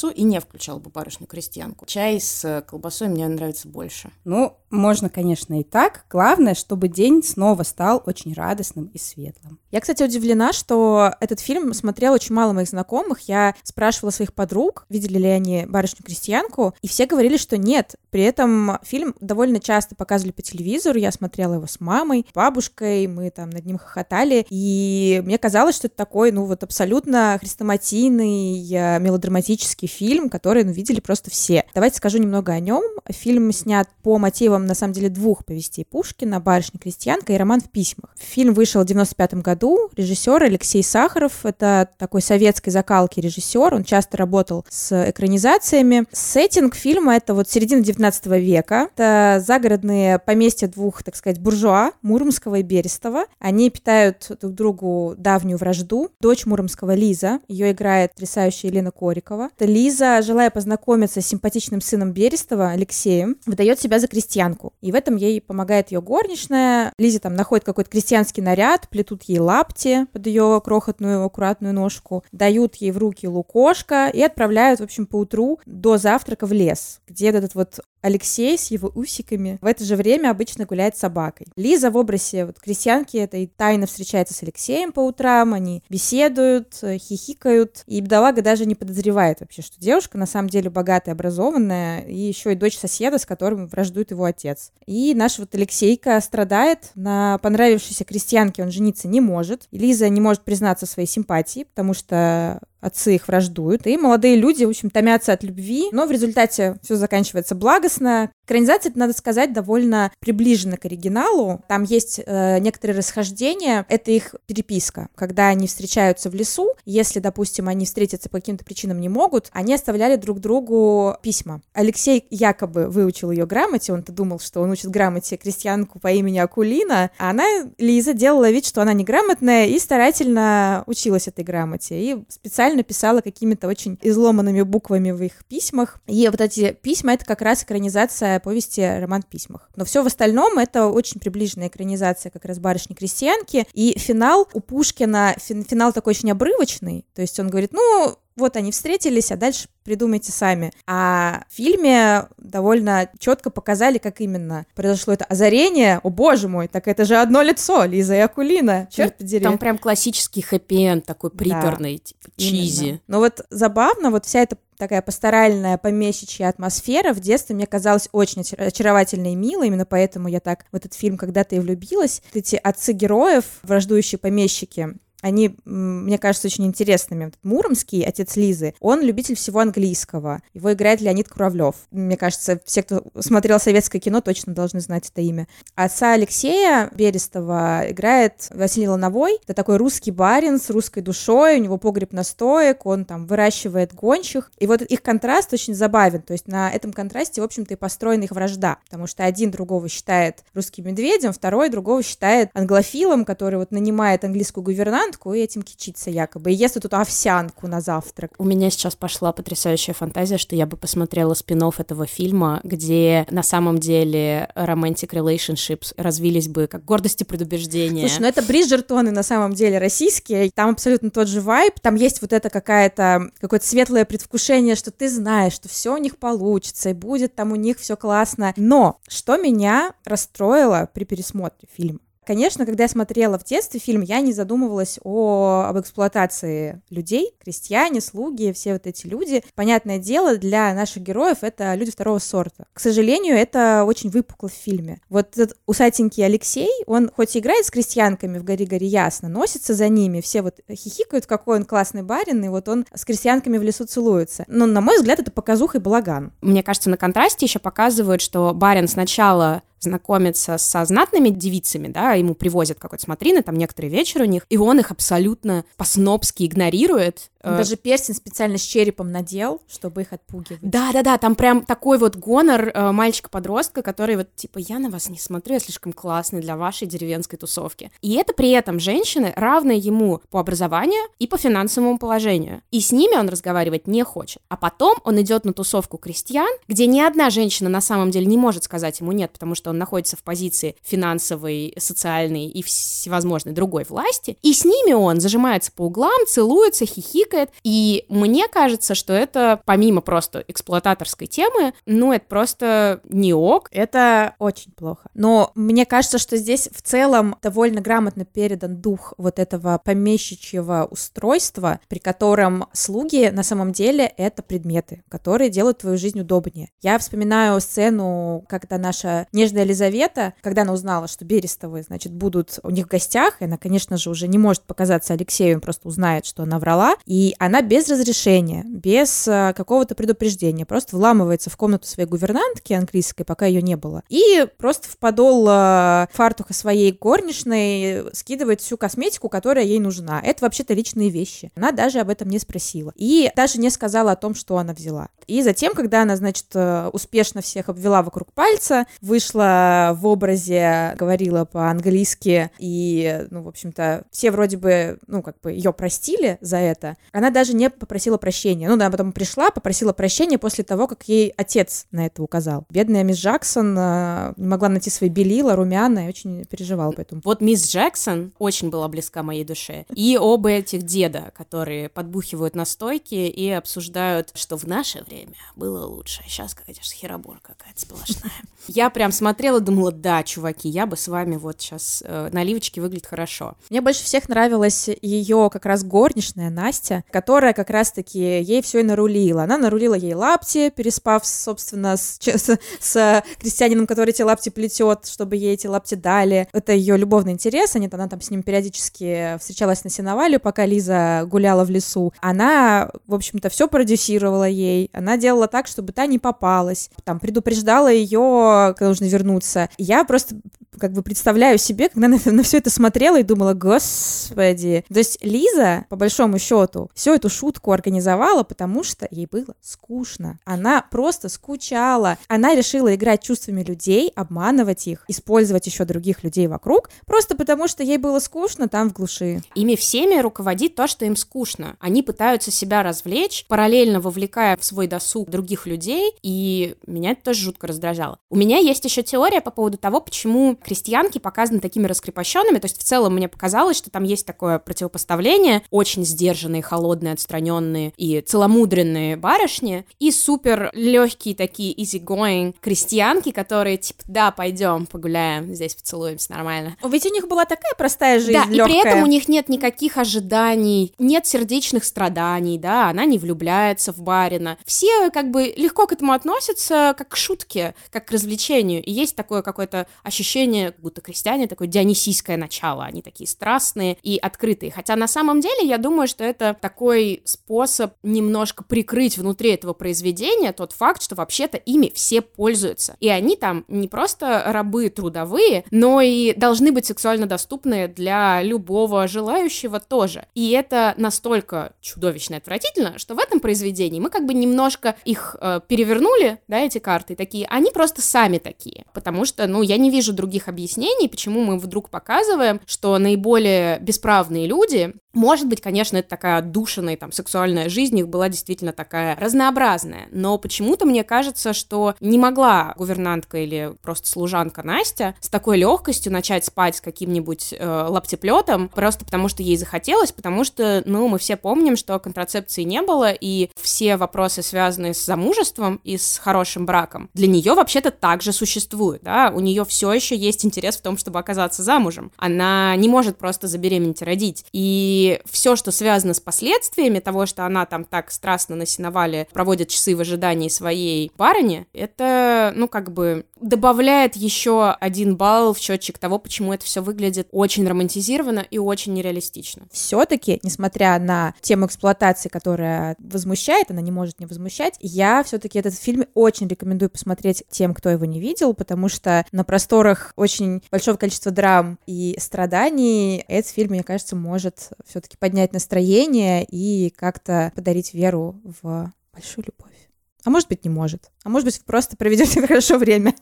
колбасу и не включала бы барышню-крестьянку. Чай с колбасой мне нравится больше. Ну, можно, конечно, и так. Главное, чтобы день снова стал очень радостным и светлым. Я, кстати, удивлена, что этот фильм смотрел очень мало моих знакомых. Я спрашивала своих подруг, видели ли они «Барышню-крестьянку», и все говорили, что нет. При этом фильм довольно часто показывали по телевизору. Я смотрела его с мамой, бабушкой, мы там над ним хохотали. И мне казалось, что это такой, ну вот абсолютно хрестоматийный, мелодраматический фильм, который, ну, видели просто все. Давайте скажу немного о нем. Фильм снят по мотивам, на самом деле, двух повестей Пушкина: «Барышня-крестьянка» и «Роман в письмах». Фильм вышел в 1995 году. Режиссер Алексей Сахаров. Это такой советской закалки режиссер. Он часто работал с экранизациями. Сеттинг фильма — это вот середина 19 века. Это загородные поместья двух, так сказать, буржуа, Муромского и Берестова. Они питают друг другу давнюю вражду. Дочь Муромского, Лиза, ее играет потрясающая Елена Корикова. Это Лиза, желая познакомиться с симпатичным сыном Берестова, Алексеем, выдает себя за крестьянку. И в этом ей помогает ее горничная. Лизе там находит какой-то крестьянский наряд, плетут ей лапти под ее крохотную аккуратную ножку, дают ей в руки лукошко и отправляют, в общем, поутру до завтрака в лес, где этот вот Алексей с его усиками в это же время обычно гуляет с собакой. Лиза в образе вот крестьянки этой тайно встречается с Алексеем по утрам, они беседуют, хихикают, и бедолага даже не подозревает вообще, что девушка на самом деле богатая, образованная, и еще и дочь соседа, с которым враждует его отец. И наш вот Алексейка страдает, на понравившейся крестьянке он жениться не может, и Лиза не может признаться в своей симпатии, потому что отцы их враждуют, и молодые люди, в общем, томятся от любви, но в результате все заканчивается благостно. Экранизация, это, надо сказать, довольно приближена к оригиналу. Там есть некоторые расхождения. Это их переписка. Когда они встречаются в лесу, если, допустим, они встретиться по каким-то причинам не могут, они оставляли друг другу письма. Алексей якобы выучил ее грамоте, он-то думал, что он учит грамоте крестьянку по имени Акулина, а она, Лиза, делала вид, что она неграмотная и старательно училась этой грамоте. И специально писала какими-то очень изломанными буквами в их письмах. И вот эти письма — это как раз экранизация повести «Роман в письмах». Но все в остальном — это очень приближенная экранизация как раз «Барышни-крестьянки». И финал у Пушкина, финал такой очень обрывочный. То есть он говорит, ну, вот они встретились, а дальше придумайте сами. А в фильме довольно четко показали, как именно произошло это озарение. О, боже мой, так это же одно лицо, Лиза и Акулина. Черт подери. Там прям классический хэппи-энд, такой приторный, да, типа чизи. Именно. Но вот забавно, вот вся эта такая пасторальная помещичья атмосфера в детстве мне казалась очень очаровательной и милой, именно поэтому я так в этот фильм когда-то и влюбилась. Эти отцы героев, враждующие помещики, они, мне кажется, очень интересными. Вот Муромский, отец Лизы, он любитель всего английского. Его играет Леонид Куравлев. Мне кажется, все, кто смотрел советское кино, точно должны знать это имя. Отца Алексея Берестова играет Василий Лановой. Это такой русский барин с русской душой, у него погреб настоек, он там выращивает гончих. И вот их контраст очень забавен. То есть на этом контрасте, в общем-то, и построена их вражда. Потому что один другого считает русским медведем, второй другого считает англофилом, который вот нанимает английскую гувернантку и этим кичится якобы. И ест эту овсянку на завтрак. У меня сейчас пошла потрясающая фантазия, что я бы посмотрела спин-офф этого фильма, где на самом деле romantic relationships развились бы как гордость и предубеждение. Слушай, ну это Бриджертоны на самом деле российские, там абсолютно тот же вайб, там есть вот это какое-то светлое предвкушение, что ты знаешь, что все у них получится, и будет там у них все классно. Но что меня расстроило при пересмотре фильма? Конечно, когда я смотрела в детстве фильм, я не задумывалась об эксплуатации людей, крестьяне, слуги, все вот эти люди. Понятное дело, для наших героев это люди второго сорта. К сожалению, это очень выпукло в фильме. Вот этот усатенький Алексей, он хоть и играет с крестьянками в «Гори-гори ясно», носится за ними, все вот хихикают, какой он классный барин, и вот он с крестьянками в лесу целуется. Но, на мой взгляд, это показуха и балаган. Мне кажется, на контрасте еще показывают, что барин сначала знакомится со знатными девицами, да, ему привозят какой-то смотрины, там некоторые вечер у них, и он их абсолютно по-снобски игнорирует. Он даже перстень специально с черепом надел, чтобы их отпугивать. Да-да-да, там прям такой вот гонор мальчика-подростка, который вот типа, я на вас не смотрю, я слишком классный для вашей деревенской тусовки. И это при этом женщины, равные ему по образованию и по финансовому положению. И с ними он разговаривать не хочет. А потом он идет на тусовку крестьян, где ни одна женщина на самом деле не может сказать ему нет, потому что он находится в позиции финансовой, социальной и всевозможной другой власти. И с ними он зажимается по углам, целуется, хихикает, фыркает. И мне кажется, что это, помимо просто эксплуататорской темы, это просто не ок. Это очень плохо. Но мне кажется, что здесь в целом довольно грамотно передан дух вот этого помещичьего устройства, при котором слуги на самом деле это предметы, которые делают твою жизнь удобнее. Я вспоминаю сцену, когда наша нежная Елизавета, когда она узнала, что Берестовы, значит, будут у них в гостях, и она, конечно же, уже не может показаться Алексею, он просто узнает, что она врала, и она без разрешения, без какого-то предупреждения просто вламывается в комнату своей гувернантки английской, пока ее не было, и просто в подол фартуха своей горничной скидывает всю косметику, которая ей нужна. Это вообще-то личные вещи. Она даже об этом не спросила. И даже не сказала о том, что она взяла. И затем, когда она, значит, успешно всех обвела вокруг пальца, вышла в образе, говорила по-английски, и, в общем-то, все вроде бы, ее простили за это, она даже не попросила прощения. Она потом пришла, попросила прощения после того, как ей отец на это указал. Бедная мисс Джексон не могла найти свои белила, румяна, и очень переживала по этому. Вот мисс Джексон очень была близка моей душе. И оба этих деда, которые подбухивают на стойке и обсуждают, что в наше время было лучше. Сейчас какая-то херобора какая-то сплошная. Я прям смотрела, думала, да, чуваки, я бы с вами вот сейчас наливочки выглядит хорошо. Мне больше всех нравилась ее как раз горничная Настя, которая как раз-таки ей все и нарулила. Она нарулила ей лапти, переспав, собственно, с крестьянином, который эти лапти плетет, чтобы ей эти лапти дали. Это ее любовный интерес. Она там с ним периодически встречалась на сеновале, пока Лиза гуляла в лесу. Она, в общем-то, все продюсировала ей. Она делала так, чтобы та не попалась. Там предупреждала ее, когда нужно вернуться. Я просто представляю себе, когда на все это смотрела и думала, господи. То есть Лиза, по большому счету, всю эту шутку организовала, потому что ей было скучно. Она просто скучала. Она решила играть чувствами людей, обманывать их, использовать еще других людей вокруг, просто потому что ей было скучно там в глуши. Ими всеми руководит то, что им скучно. Они пытаются себя развлечь, параллельно вовлекая в свой досуг других людей, и меня это тоже жутко раздражало. У меня есть еще теория по поводу того, почему крестьянки показаны такими раскрепощенными, то есть в целом мне показалось, что там есть такое противопоставление, очень сдержанные, холодные, отстраненные и целомудренные барышни, и супер легкие такие easy-going крестьянки, которые типа, да, пойдем погуляем, здесь поцелуемся, нормально. Ведь у них была такая простая жизнь, да, легкая. И при этом у них нет никаких ожиданий, нет сердечных страданий, да, она не влюбляется в барина. Все легко к этому относятся, как к шутке, как к развлечению, и есть такое какое-то ощущение, как будто крестьяне такое дионисийское начало, они такие страстные и открытые, хотя на самом деле я думаю, что это такой способ немножко прикрыть внутри этого произведения тот факт, что вообще-то ими все пользуются, и они там не просто рабы трудовые, но и должны быть сексуально доступны для любого желающего тоже, и это настолько чудовищно и отвратительно, что в этом произведении мы немножко их перевернули, да, эти карты, такие, они просто сами такие, потому что, я не вижу других объяснений, почему мы вдруг показываем, что наиболее бесправные люди, может быть, конечно, это такая отдушенная сексуальная жизнь, их была действительно такая разнообразная, но почему-то мне кажется, что не могла гувернантка или просто служанка Настя с такой легкостью начать спать с каким-нибудь лаптеплетом, просто потому что ей захотелось, потому что, мы все помним, что контрацепции не было, и все вопросы, связанные с замужеством и с хорошим браком, для нее вообще-то также существуют, да, у нее все еще есть интерес в том, чтобы оказаться замужем, она не может просто забеременеть и родить, и все, что связано с последствиями того, что она там так страстно на сеновале проводит часы в ожидании своей барыни, это, добавляет еще 1 балл в счетчик того, почему это все выглядит очень романтизированно и очень нереалистично. Все-таки, несмотря на тему эксплуатации, которая возмущает, она не может не возмущать, я все-таки этот фильм очень рекомендую посмотреть тем, кто его не видел, потому что на просторах очень большого количества драм и страданий этот фильм, мне кажется, может все-таки поднять настроение и как-то подарить веру в большую любовь. А может быть, не может. А может быть, вы просто проведете хорошо время.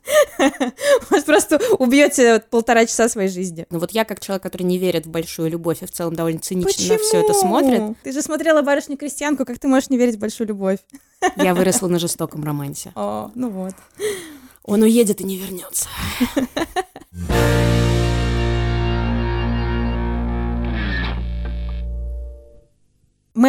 Может, просто убьете 1,5 часа своей жизни. Я, как человек, который не верит в большую любовь и в целом довольно цинично на все это смотрит. Ты же смотрела «Барышню-крестьянку», как ты можешь не верить в большую любовь? Я выросла на жестоком романсе. О, вот. Он уедет и не вернется. Мы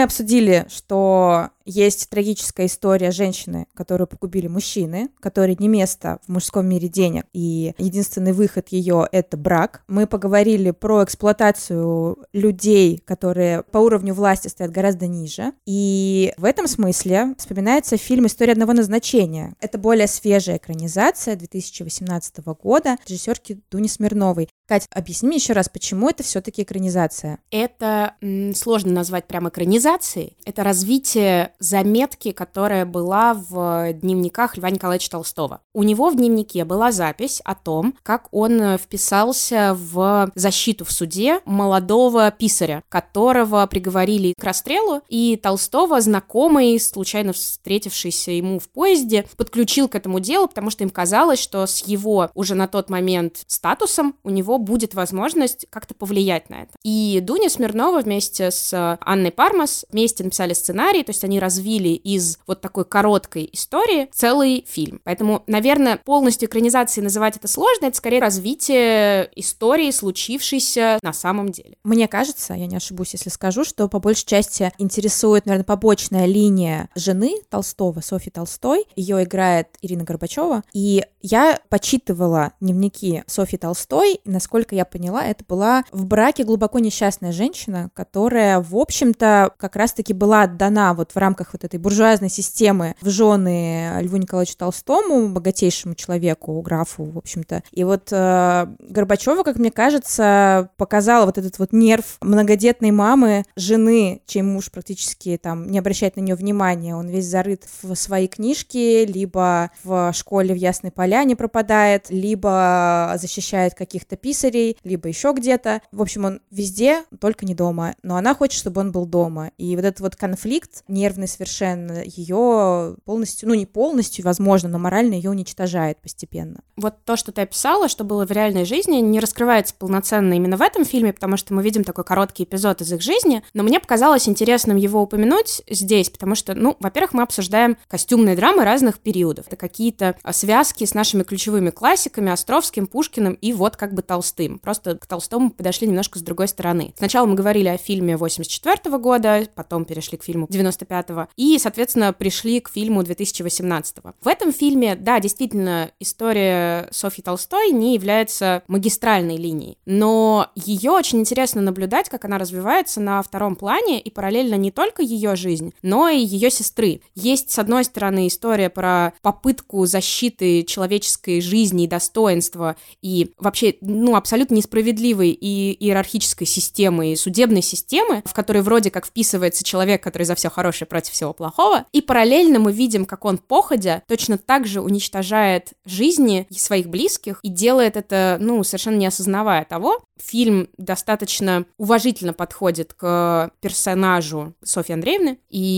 Мы обсудили, что есть трагическая история женщины, которую погубили мужчины, которой не место в мужском мире денег, и единственный выход ее — это брак. Мы поговорили про эксплуатацию людей, которые по уровню власти стоят гораздо ниже. И в этом смысле вспоминается фильм «История одного назначения». Это более свежая экранизация 2018 года режиссерки Дуни Смирновой. Катя, объясни мне еще раз, почему это все-таки экранизация? Это сложно назвать прям экранизацией. Это развитие заметки, которая была в дневниках Льва Николаевича Толстого. У него в дневнике была запись о том, как он вписался в защиту в суде молодого писаря, которого приговорили к расстрелу, и Толстого знакомый, случайно встретившийся ему в поезде, подключил к этому делу, потому что им казалось, что с его уже на тот момент статусом у него будет возможность как-то повлиять на это. И Дуня Смирнова вместе с Анной Пармас вместе написали сценарий, то есть они развили из вот такой короткой истории целый фильм. Поэтому, наверное, полностью экранизацией называть это сложно, это скорее развитие истории, случившейся на самом деле. Мне кажется, я не ошибусь, если скажу, что по большей части интересует, наверное, побочная линия жены Толстого, Софьи Толстой. Ее играет Ирина Горбачева. И я почитывала дневники Софьи Толстой, и, насколько я поняла, это была в браке глубоко несчастная женщина, которая, в общем-то, как раз-таки была отдана вот в рамках вот этой буржуазной системы в жены Льву Николаевичу Толстому, богатейшему человеку, графу, в общем-то. И вот Горбачева, как мне кажется, показала вот этот вот нерв многодетной мамы, жены, чей муж практически там не обращает на нее внимания, он весь зарыт в свои книжки, либо в школе в Ясной Поляне пропадает, либо защищает каких-то писарей, либо еще где-то. В общем, он везде, только не дома. Но она хочет, чтобы он был дома. И вот этот вот конфликт, нервный совершенно, ее полностью, ну не полностью, возможно, но морально ее уничтожает постепенно. Вот то, что ты описала, что было в реальной жизни, не раскрывается полноценно именно в этом фильме, потому что мы видим такой короткий эпизод из их жизни, но мне показалось интересным его упомянуть здесь, потому что, ну, во-первых, мы обсуждаем костюмные драмы разных периодов. Это какие-то связки с нашими ключевыми классиками, Островским, Пушкиным и вот как бы Толстым. Просто к Толстому подошли немножко с другой стороны. Сначала мы говорили о фильме 84 года, потом перешли к фильму 95-го и, соответственно, пришли к фильму 2018-го. В этом фильме, да, действительно, история Софьи Толстой не является магистральной линией, но ее очень интересно наблюдать, как она развивается на втором плане, и параллельно не только ее жизнь, но и ее сестры. Есть, с одной стороны, история про попытку защиты человеческой жизни и достоинства, и вообще, ну, абсолютно несправедливой и иерархической системы, и судебной системы, в которой вроде как вписывается человек, который за все хорошее против всего плохого, и параллельно мы видим, как он походя точно так же уничтожает жизни своих близких и делает это, ну, совершенно не осознавая того. Фильм достаточно уважительно подходит к персонажу Софьи Андреевны,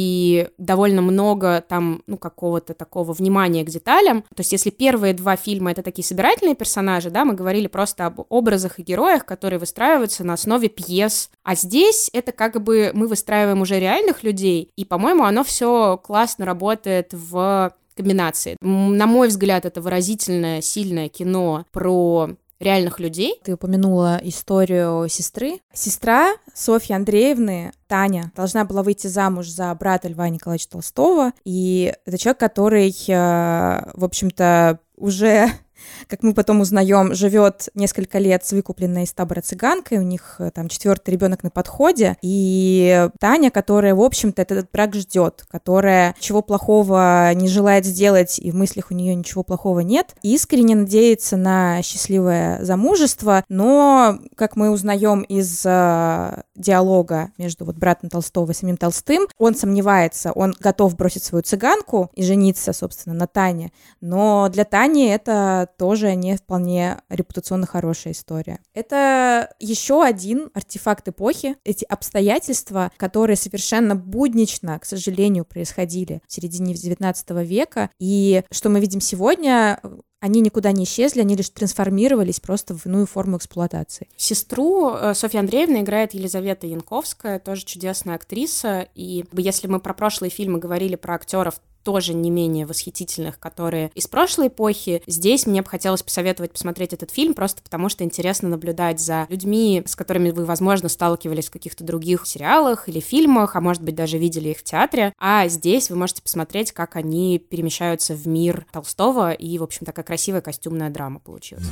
и довольно много там, ну, какого-то такого внимания к деталям. То есть если первые два фильма — это такие собирательные персонажи, да, мы говорили просто об образах и героях, которые выстраиваются на основе пьес, а здесь это как бы мы выстраиваем уже реальных людей, и, по-моему, оно все классно работает в комбинации. На мой взгляд, это выразительное, сильное кино про реальных людей. Ты упомянула историю сестры. Сестра Софьи Андреевны, Таня, должна была выйти замуж за брата Льва Николаевича Толстого, и это человек, который, в общем-то, уже, как мы потом узнаем, живет несколько лет с выкупленной из табора цыганкой, у них там 4-й ребенок на подходе, и Таня, которая, в общем-то, этот брак ждет, которая ничего плохого не желает сделать, и в мыслях у нее ничего плохого нет, искренне надеется на счастливое замужество, но, как мы узнаем из диалога между вот братом Толстого и самим Толстым, он сомневается, он готов бросить свою цыганку и жениться, собственно, на Тане, но для Тани это тоже не вполне репутационно хорошая история. Это еще один артефакт эпохи, эти обстоятельства, которые совершенно буднично, к сожалению, происходили в середине XIX века, и что мы видим сегодня, они никуда не исчезли, они лишь трансформировались просто в иную форму эксплуатации. Сестру Софья Андреевна играет Елизавета Янковская, тоже чудесная актриса, и если мы про прошлые фильмы говорили про актеров тоже не менее восхитительных, которые из прошлой эпохи. Здесь мне бы хотелось посоветовать посмотреть этот фильм, просто потому что интересно наблюдать за людьми, с которыми вы, возможно, сталкивались в каких-то других сериалах или фильмах, а может быть, даже видели их в театре. А здесь вы можете посмотреть, как они перемещаются в мир Толстого, и, в общем, такая красивая костюмная драма получилась.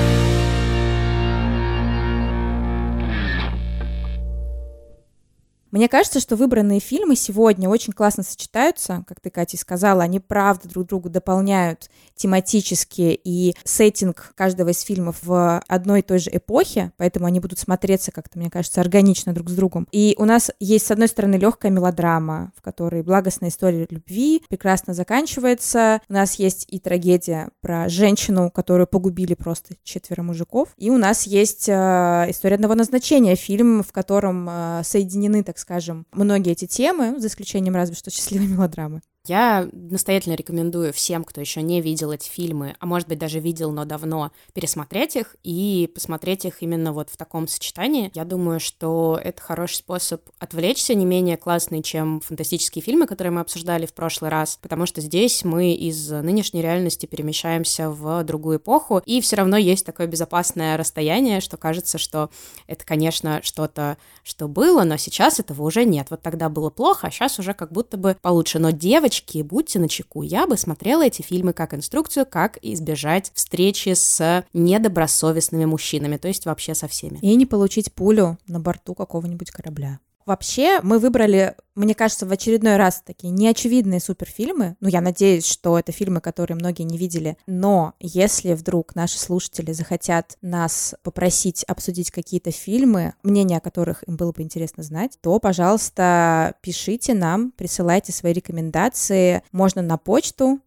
Мне кажется, что выбранные фильмы сегодня очень классно сочетаются, как ты, Катя, сказала, они правда друг друга дополняют тематически, и сеттинг каждого из фильмов в одной и той же эпохе, поэтому они будут смотреться как-то, мне кажется, органично друг с другом. И у нас есть, с одной стороны, легкая мелодрама, в которой благостная история любви прекрасно заканчивается. У нас есть и трагедия про женщину, которую погубили просто 4 мужиков. И у нас есть история одного назначения, фильм, в котором соединены, так скажем, многие эти темы, за исключением разве что счастливой мелодрамы. Я настоятельно рекомендую всем, кто еще не видел эти фильмы, а может быть даже видел, но давно, пересмотреть их и посмотреть их именно вот в таком сочетании. Я думаю, что это хороший способ отвлечься, не менее классный, чем фантастические фильмы, которые мы обсуждали в прошлый раз, потому что здесь мы из нынешней реальности перемещаемся в другую эпоху, и все равно есть такое безопасное расстояние, что кажется, что это, конечно, что-то, что было, но сейчас этого уже нет. Вот тогда было плохо, а сейчас уже как будто бы получше. Но девочки, будьте начеку. Я бы смотрела эти фильмы как инструкцию, как избежать встречи с недобросовестными мужчинами, то есть вообще со всеми. И не получить пулю на борту какого-нибудь корабля. Вообще, мы выбрали, мне кажется, в очередной раз такие неочевидные суперфильмы. Ну, я надеюсь, что это фильмы, которые многие не видели. Но если вдруг наши слушатели захотят нас попросить обсудить какие-то фильмы, мнение о которых им было бы интересно знать, то, пожалуйста, пишите нам, присылайте свои рекомендации. Можно на почту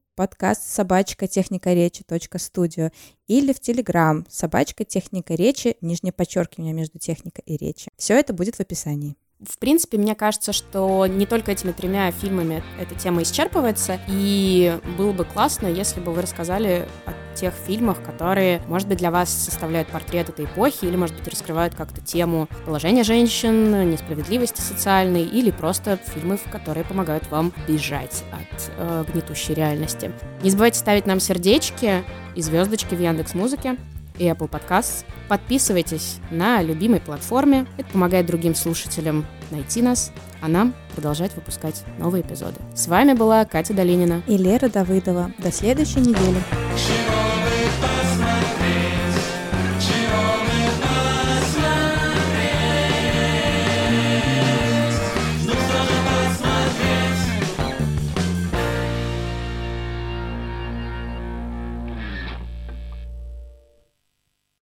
podcast@техникаречи.студио или в Телеграм _техникаречи, _ между техника и речи. Все это будет в описании. В принципе, мне кажется, что не только этими 3 фильмами эта тема исчерпывается, и было бы классно, если бы вы рассказали о тех фильмах, которые, может быть, для вас составляют портрет этой эпохи, или, может быть, раскрывают как-то тему положения женщин, несправедливости социальной, или просто фильмы, которые помогают вам бежать от гнетущей реальности. Не забывайте ставить нам сердечки и звездочки в Яндекс.Музыке и Apple Podcasts. Подписывайтесь на любимой платформе. Это помогает другим слушателям найти нас, а нам продолжать выпускать новые эпизоды. С вами была Катя Долинина и Лера Давыдова. До следующей недели.